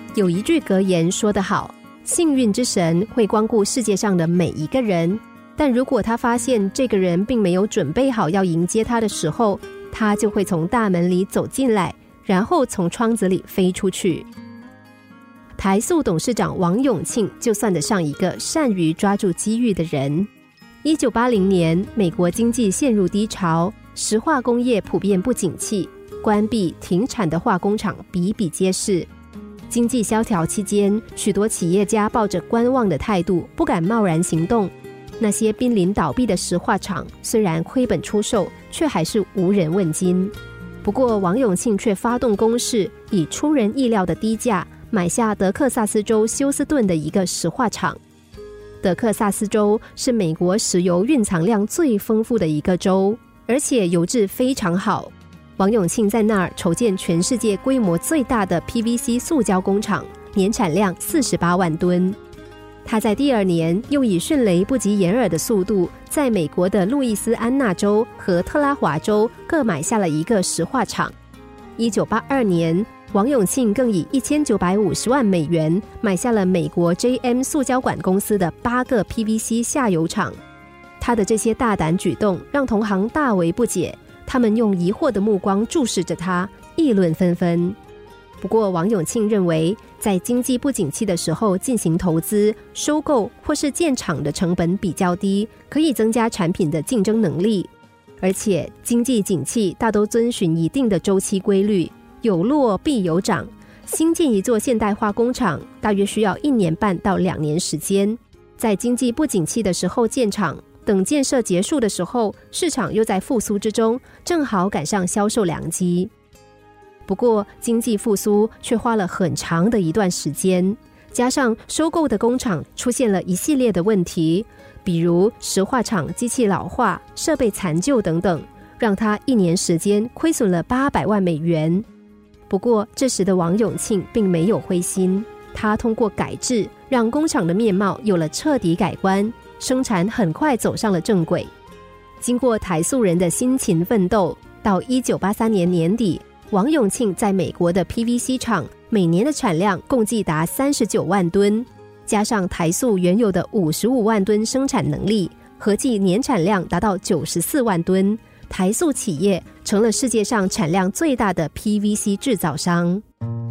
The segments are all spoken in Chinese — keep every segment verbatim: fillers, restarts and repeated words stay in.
有一句格言说得好，幸运之神会光顾世界上的每一个人，但如果他发现这个人并没有准备好要迎接他的时候，他就会从大门里走进来，然后从窗子里飞出去。台塑董事长王永庆就算得上一个善于抓住机遇的人。一九八零年，美国经济陷入低潮，石化工业普遍不景气，关闭停产的化工厂比比皆是。经济萧条期间，许多企业家抱着观望的态度，不敢贸然行动。那些濒临倒闭的石化厂虽然亏本出售，却还是无人问津。不过王永庆却发动攻势，以出人意料的低价买下德克萨斯州休斯顿的一个石化厂。德克萨斯州是美国石油蕴藏量最丰富的一个州，而且油质非常好。王永庆在那儿筹建全世界规模最大的 P V C 塑胶工厂，年产量四十八万吨。他在第二年又以迅雷不及掩耳的速度，在美国的路易斯安那州和特拉华州各买下了一个石化厂。一九八二年，王永庆更以一千九百五十万美元买下了美国 J M 塑胶管公司的八个 P V C 下游厂。他的这些大胆举动让同行大为不解，他们用疑惑的目光注视着他，议论纷纷。不过王永庆认为，在经济不景气的时候进行投资、收购或是建厂的成本比较低，可以增加产品的竞争能力。而且经济景气大都遵循一定的周期规律，有落必有涨。新建一座现代化工厂大约需要一年半到两年时间，在经济不景气的时候建厂，等建设结束的时候，市场又在复苏之中，正好赶上销售良机。不过经济复苏却花了很长的一段时间，加上收购的工厂出现了一系列的问题，比如石化厂机器老化、设备残旧等等，让他一年时间亏损了八百万美元。不过这时的王永庆并没有灰心，他通过改制让工厂的面貌有了彻底改观，生产很快走上了正轨。经过台塑人的辛勤奋斗，到一九八三年年底，王永庆在美国的 P V C 厂每年的产量共计达三十九万吨，加上台塑原有的五十五万吨生产能力，合计年产量达到九十四万吨。台塑企业成了世界上产量最大的 P V C 制造商。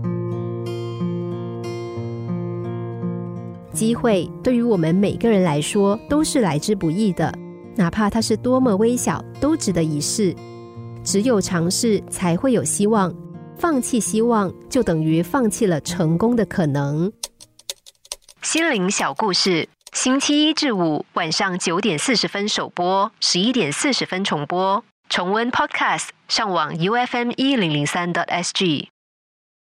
机会对于我们每个人来说都是来之不易的，哪怕它是多么微小，都值得一试。只有尝试才会有希望，放弃希望就等于放弃了成功的可能。心灵小故事，星期一至五晚上九点四十分首播，十一点四十分重播。重温 Podcast， 上网 U F M 一零零三 点 S G。